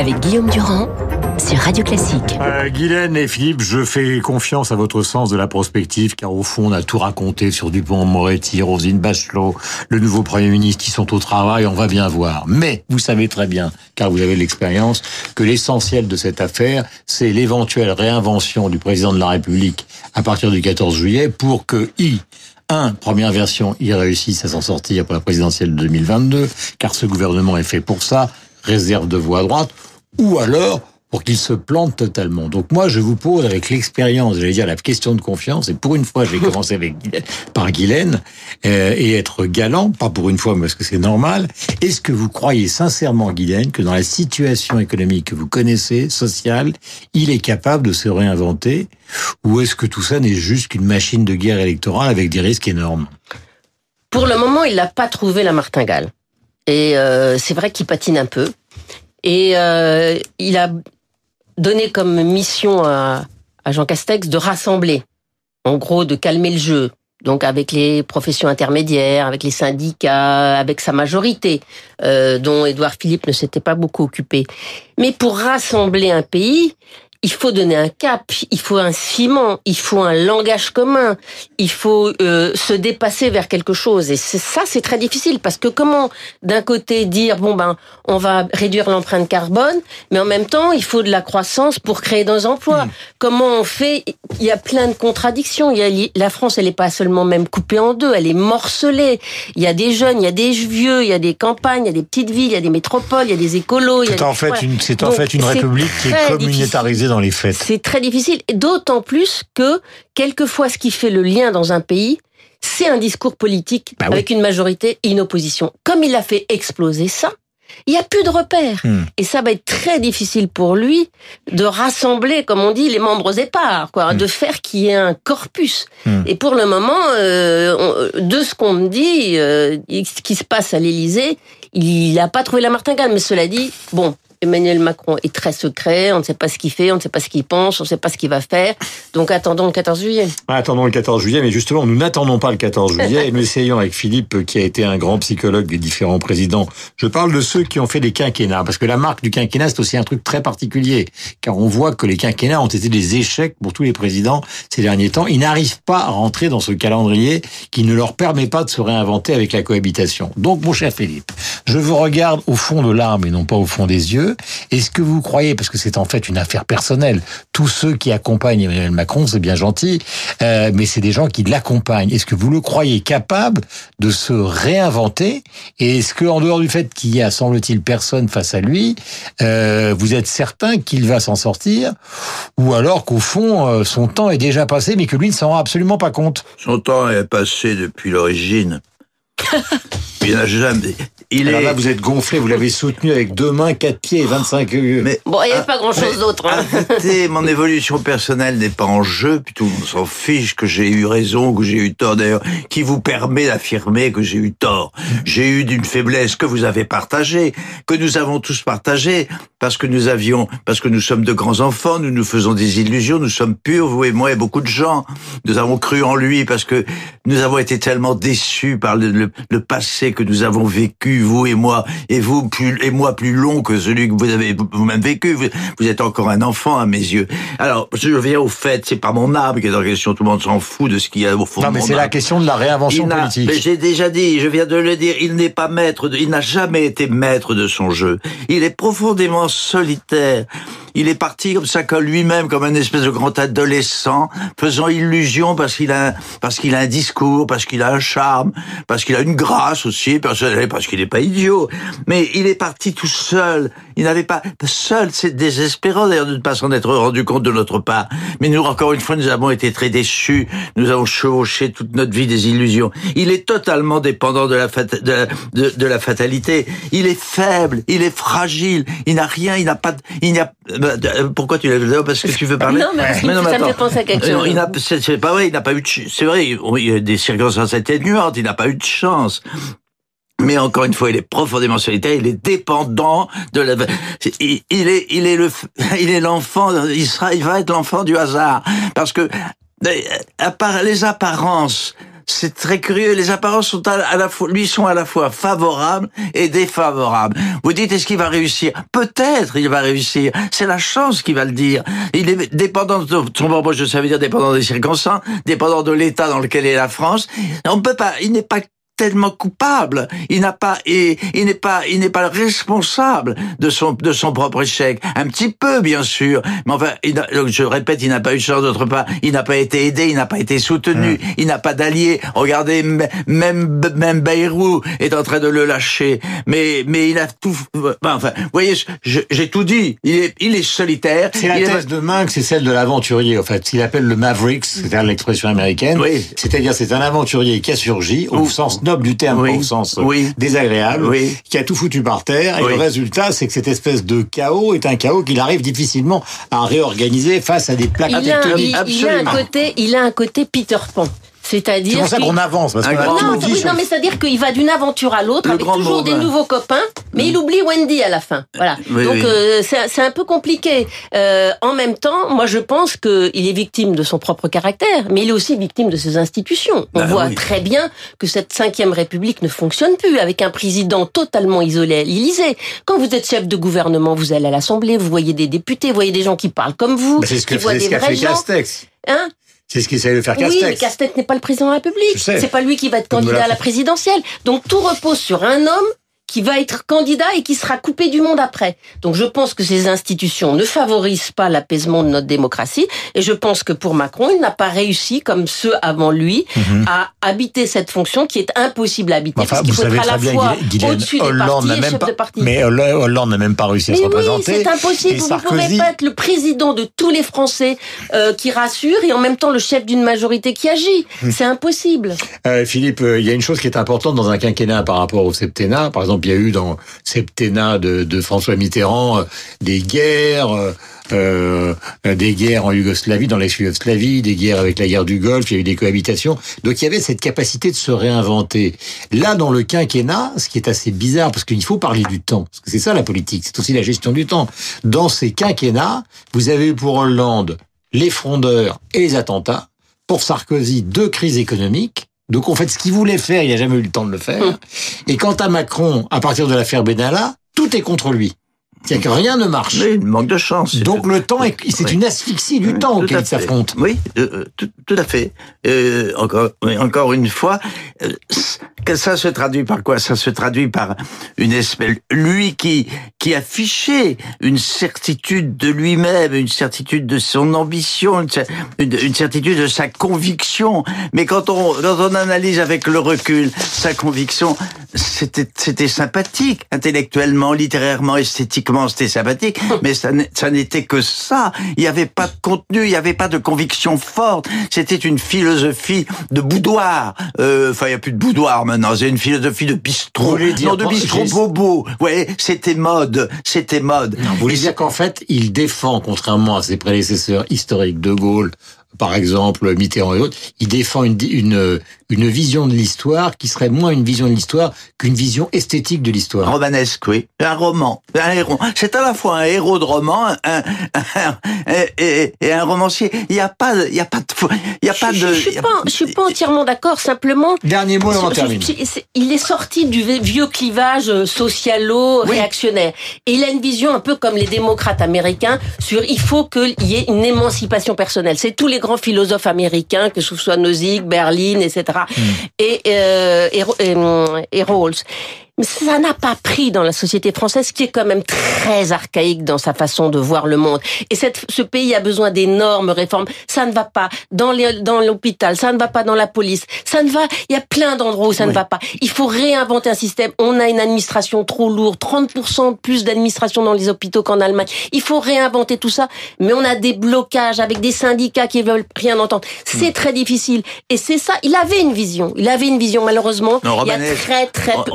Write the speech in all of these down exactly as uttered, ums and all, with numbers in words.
avec Guillaume Durand sur Radio Classique. Euh, Guylaine et Philippe, je fais confiance à votre sens de la prospective, car au fond, on a tout raconté sur Dupond-Moretti, Roselyne Bachelot, le nouveau Premier ministre qui sont au travail, on va bien voir. Mais vous savez très bien, car vous avez l'expérience, que l'essentiel de cette affaire, c'est l'éventuelle réinvention du président de la République à partir du quatorze juillet pour que I, un, première version, il réussisse à s'en sortir pour la présidentielle de deux mille vingt-deux, car ce gouvernement est fait pour ça, réserve de voix à droite, ou alors pour qu'il se plante totalement. Donc moi, je vous pose avec l'expérience, j'allais dire la question de confiance, et pour une fois, je vais commencer avec Guylaine, par Guylaine, euh, et être galant, pas pour une fois, mais parce que c'est normal. Est-ce que vous croyez sincèrement, Guylaine, que dans la situation économique que vous connaissez, sociale, il est capable de se réinventer, ou est-ce que tout ça n'est juste qu'une machine de guerre électorale avec des risques énormes? Pour le moment, il n'a pas trouvé la martingale. Et euh, c'est vrai qu'il patine un peu. Et euh, il a donné comme mission à, à Jean Castex de rassembler, en gros de calmer le jeu, donc avec les professions intermédiaires, avec les syndicats, avec sa majorité, euh, dont Édouard Philippe ne s'était pas beaucoup occupé. Mais pour rassembler un pays, il faut donner un cap, il faut un ciment, il faut un langage commun, il faut euh, se dépasser vers quelque chose. Et c'est, ça, c'est très difficile, parce que comment, d'un côté, dire, bon ben, on va réduire l'empreinte carbone, mais en même temps, il faut de la croissance pour créer des emplois. Mmh. Comment on fait? Il y a plein de contradictions. Il y a, la France, elle n'est pas seulement même coupée en deux, elle est morcelée. Il y a des jeunes, il y a des vieux, il y a des campagnes, il y a des petites villes, il y a des métropoles, il y a des écolos. Il y a c'est, des, en fait voilà. une, c'est en Donc, fait une république qui est communautarisée dans les faits. C'est très difficile, et d'autant plus que, quelquefois, ce qui fait le lien dans un pays, c'est un discours politique bah avec oui. une majorité et une opposition. Comme il a fait exploser ça, il n'y a plus de repères. Hmm. Et ça va être très difficile pour lui de rassembler, comme on dit, les membres épars, quoi, hmm. de faire qu'il y ait un corpus. Hmm. Et pour le moment, euh, on, de ce qu'on me dit, euh, ce qui se passe à l'Élysée, il n'a pas trouvé la martingale. Mais cela dit, bon, Emmanuel Macron est très secret, on ne sait pas ce qu'il fait, on ne sait pas ce qu'il pense, on ne sait pas ce qu'il va faire. Donc attendons le quatorze juillet. Attendons le quatorze juillet, mais justement, nous n'attendons pas le quatorze juillet et nous essayons avec Philippe, qui a été un grand psychologue des différents présidents. Je parle de ceux qui ont fait des quinquennats, parce que la marque du quinquennat, c'est aussi un truc très particulier, car on voit que les quinquennats ont été des échecs pour tous les présidents ces derniers temps. Ils n'arrivent pas à rentrer dans ce calendrier qui ne leur permet pas de se réinventer avec la cohabitation. Donc, mon cher Philippe, je vous regarde au fond de l'âme et non pas au fond des yeux. Est-ce que vous croyez, parce que c'est en fait une affaire personnelle, tous ceux qui accompagnent Emmanuel Macron, c'est bien gentil, euh, mais c'est des gens qui l'accompagnent. Est-ce que vous le croyez capable de se réinventer? Et est-ce que, en dehors du fait qu'il y a, semble-t-il, personne face à lui, euh, vous êtes certain qu'il va s'en sortir? Ou alors qu'au fond, euh, son temps est déjà passé, mais que lui ne s'en rend absolument pas compte? Son temps est passé depuis l'origine. Il n'a jamais... Il Alors est... là, vous êtes gonflé, vous l'avez soutenu avec deux mains, quatre pieds et vingt-cinq... Mais, bon, il n'y avait pas grand-chose d'autre. Hein. Arrêtez, mon évolution personnelle n'est pas en jeu, puis tout le monde s'en fiche que j'ai eu raison, que j'ai eu tort, d'ailleurs, qui vous permet d'affirmer que j'ai eu tort. J'ai eu d'une faiblesse que vous avez partagée, que nous avons tous partagée, parce que nous avions, parce que nous sommes de grands enfants, nous nous faisons des illusions, nous sommes purs, vous et moi et beaucoup de gens. Nous avons cru en lui parce que nous avons été tellement déçus par le, le, le passé que nous avons vécu, vous et moi, et vous plus, et moi plus long que celui que vous avez vous-même vécu. Vous, vous êtes encore un enfant à mes yeux. Alors, je viens au fait, c'est pas mon âme qui est en question, tout le monde s'en fout de ce qu'il y a au fond non, de mon âme. Non, mais c'est la question de la réinvention politique. Mais j'ai déjà dit, je viens de le dire, il n'est pas maître, de, il n'a jamais été maître de son jeu. Il est profondément solitaire. Il est parti comme ça, comme lui-même, comme un espèce de grand adolescent, faisant illusion parce qu'il a, parce qu'il a un discours, parce qu'il a un charme, parce qu'il a une grâce aussi, parce, parce qu'il n'est pas idiot. Mais il est parti tout seul. Il n'avait pas, seul, c'est désespérant d'ailleurs de ne pas s'en être rendu compte de notre part. Mais nous, encore une fois, nous avons été très déçus. Nous avons chevauché toute notre vie des illusions. Il est totalement dépendant de la, fata- de, la de, de la fatalité. Il est faible, il est fragile, il n'a rien, il n'a pas, il n'y a, pourquoi tu l'as, parce que tu veux parler? Non, mais, parce mais non, ça me fait penser à quelque chose. Il n'a, c'est, c'est pas vrai, il n'a pas eu de, c'est vrai, il y a des circonstances atténuantes, il n'a pas eu de chance. Mais encore une fois, il est profondément solitaire, il est dépendant de la, il, il est, il est le, il est l'enfant, il sera, il va être l'enfant du hasard. Parce que, à part les apparences c'est très curieux. Les apparences sont à, à la fois, lui sont à la fois favorables et défavorables. Vous dites, est-ce qu'il va réussir? Peut-être il va réussir. C'est la chance qui va le dire. Il est dépendant de son propre, je savais dire dépendant des circonstances, dépendant de l'état dans lequel est la France. On peut pas, il n'est pas tellement coupable. Il n'a pas, et il n'est pas, il n'est pas responsable de son, de son propre échec. Un petit peu, bien sûr. Mais enfin, il a, je répète, il n'a pas eu de chance d'autre part. Il n'a pas été aidé, il n'a pas été soutenu, mmh. il n'a pas d'alliés. Regardez, même, même Bayrou est en train de le lâcher. Mais, mais il a tout, enfin, vous voyez, je, j'ai tout dit. Il est, il est solitaire. C'est la il thèse est... de Munk, c'est celle de l'aventurier, en fait. Ce qu'il appelle le Mavericks, c'est-à-dire l'expression américaine. Oui. C'est-à-dire, c'est un aventurier qui a surgi, au Ou... sens noble du terme, oui. au sens oui. désagréable, oui. qui a tout foutu par terre, et oui. le résultat, c'est que cette espèce de chaos est un chaos qu'il arrive difficilement à réorganiser face à des plaques tectoniques. Il, il, il a un côté, il a un côté Peter Pan. C'est-à-dire c'est pour ça qu'on avance, parce qu'on a non, tout dit. Oui, sur... non, mais c'est-à-dire qu'il va d'une aventure à l'autre, le avec toujours mot, des ben. nouveaux copains, mais mmh. il oublie Wendy à la fin. Voilà. Oui, Donc oui. euh, c'est, c'est un peu compliqué. Euh, en même temps, moi je pense qu'il est victime de son propre caractère, mais il est aussi victime de ses institutions. On ben, voit oui. très bien que cette cinquième République ne fonctionne plus, avec un président totalement isolé à l'Élysée. Quand vous êtes chef de gouvernement, vous allez à l'Assemblée, vous voyez des députés, vous voyez des gens qui parlent comme vous, ben, c'est ce que, qui voient c'est des ce qu'a vrais fait gens. Castex. Hein? C'est ce qu'essaie de faire Castex. Oui, mais Castex n'est pas le président de la République. C'est pas lui qui va être candidat à la présidentielle. Donc tout repose sur un homme qui va être candidat et qui sera coupé du monde après. Donc je pense que ces institutions ne favorisent pas l'apaisement de notre démocratie, et je pense que pour Macron, il n'a pas réussi, comme ceux avant lui, mm-hmm. à habiter cette fonction qui est impossible à habiter, enfin, parce qu'il faut être à la fois au-dessus des partis et chef pas, de parti. Mais Hollande n'a même pas réussi à mais se oui, représenter. C'est impossible. Vous ne pouvez pas être le président de tous les Français euh, qui rassure et en même temps le chef d'une majorité qui agit. Mm. C'est impossible. Euh, Philippe, euh, il y a une chose qui est importante dans un quinquennat par rapport au septennat. Par exemple, il y a eu dans le septennat de, de François Mitterrand euh, des guerres, euh, euh, des guerres en Yougoslavie, dans l'ex-Yougoslavie, des guerres avec la guerre du Golfe, il y a eu des cohabitations. Donc il y avait cette capacité de se réinventer. Là, dans le quinquennat, ce qui est assez bizarre, parce qu'il faut parler du temps, parce que c'est ça la politique, c'est aussi la gestion du temps. Dans ces quinquennats, vous avez eu pour Hollande les frondeurs et les attentats, pour Sarkozy deux crises économiques. Donc, en fait, ce qu'il voulait faire, il n'a jamais eu le temps de le faire. Mmh. Et quant à Macron, à partir de l'affaire Benalla, tout est contre lui. C'est-à-dire que rien ne marche. Oui, il manque de chance. Donc, le temps, est, c'est oui. une asphyxie du oui, temps auquel il s'affronte. Oui, euh, tout, tout à fait. Euh, encore, encore une fois, euh, que ça se traduit par quoi? Ça se traduit par une espèce, lui qui, qui affichait une certitude de lui-même, une certitude de son ambition, une, une certitude de sa conviction. Mais quand on, quand on analyse avec le recul, sa conviction, c'était, c'était sympathique, intellectuellement, littérairement, esthétiquement, c'était sympathique, mais ça, ça n'était que ça. Il n'y avait pas de contenu, il n'y avait pas de conviction forte. C'était une philosophie de boudoir. Euh, enfin, il n'y a plus de boudoir maintenant. C'est une philosophie de bistrot. Non, de bistrot bobo. Ouais, c'était mode. C'était mode. Non, vous voulez dire qu'en fait, il défend, contrairement à ses prédécesseurs historiques, De Gaulle, par exemple, Mitterrand et autres, il défend une, une, une vision de l'histoire qui serait moins une vision de l'histoire qu'une vision esthétique de l'histoire. Romanesque, oui. Un roman. Un héros. C'est à la fois un héros de roman, un, un, un et, et un romancier. Il n'y a pas de, il y a pas de, il y a pas je, de. Je, je suis pas, je suis pas entièrement d'accord. Simplement. Dernier mot et on en termine. Il est sorti du vieux clivage socialo-réactionnaire. Oui. Et il a une vision un peu comme les démocrates américains sur il faut qu'il y ait une émancipation personnelle. C'est tous les grands philosophes américains, que ce soit Nozick, Berlin, et cetera, mm. et, euh, et, et, et Rawls. Mais ça n'a pas pris dans la société française, qui est quand même très archaïque dans sa façon de voir le monde. Et cette, ce pays a besoin d'énormes réformes. Ça ne va pas dans, les, dans l'hôpital, ça ne va pas dans la police, ça ne va. Il y a plein d'endroits où ça oui. ne va pas. Il faut réinventer un système. On a une administration trop lourde, trente pour cent plus d'administration dans les hôpitaux qu'en Allemagne. Il faut réinventer tout ça, mais on a des blocages avec des syndicats qui veulent rien entendre. C'est mmh. très difficile. Et c'est ça. Il avait une vision. Il avait une vision. Malheureusement, non, il y a très très peu. Non, pas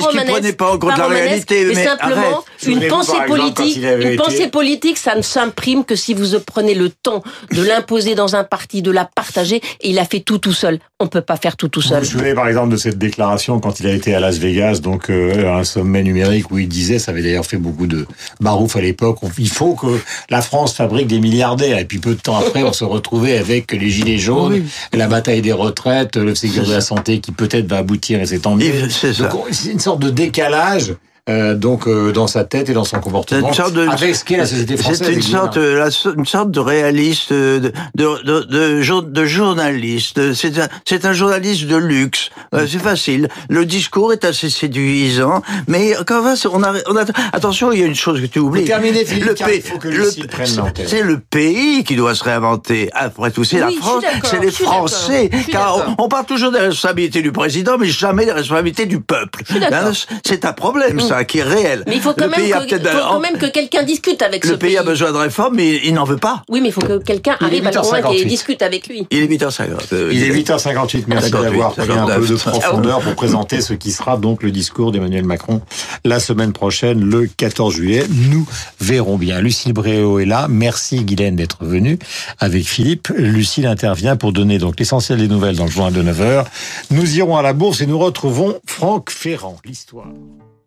romanesque. prenait pas en compte pas la romanesque, réalité. Mais, mais simplement, arrête. une Souvenez-vous, pensée par exemple, quand politique, il avait une été- pensée politique, ça ne s'imprime que si vous prenez le temps de l'imposer dans un parti, de la partager. Et il a fait tout tout seul. On peut pas faire tout tout Vous seul. vous souvenez par exemple de cette déclaration quand il a été à Las Vegas, donc euh, un sommet numérique où il disait, ça avait d'ailleurs fait beaucoup de barouf à l'époque, on- il faut que la France fabrique des milliardaires. Et puis peu de temps après, on se retrouvait avec les gilets jaunes, Oui. la bataille des retraites, le Ségur de la santé qui peut-être va aboutir et c'est tant mieux. Et c'est ça. Donc, c'est une sorte de décalage. Euh, donc euh, dans sa tête et dans son C'est comportement une sorte de, avec ce qu'est la société française. c'est une évidemment. sorte, euh, la- une sorte de réaliste, de, de, de, de, jour- de journaliste. C'est un, c'est un journaliste de luxe. Euh, c'est facile. Le discours est assez séduisant, mais quand même, on a, on a, attention, il y a une chose que tu oublies. Faut terminer, Philippe, le car il faut que Lucille prenne l'antenne. c'est le pays qui doit se réinventer. Après tout, c'est Oui, la je suis France, d'accord, c'est les je suis Français. d'accord, je suis Car d'accord. on, on parle toujours des responsabilités du président, mais jamais des responsabilités du peuple. suis d'accord. Hein, C'est un problème, ça, qui est réel. Mais il faut quand, Le même pays a que, peut-être- faut quand même que quelqu'un discute avec ce Le pays a besoin de réformes, mais il n'en veut pas. Oui, mais il faut que quelqu'un Il est arrive à le huit heures convaincre et cinquante-huit. discute avec lui. Il est huit heures cinquante. euh, Il est huit heures cinquante-huit, merci cinquante-huit, d'avoir pris un peu de cinquante-neuf. profondeur pour présenter ce qui sera donc le discours d'Emmanuel Macron la semaine prochaine, le quatorze juillet. Nous verrons bien. Lucille Bréau est là. Merci Guylaine d'être venue avec Philippe. Lucille intervient pour donner donc l'essentiel des nouvelles dans le journal de neuf heures. Nous irons à la bourse et nous retrouvons Franck Ferrand. L'histoire.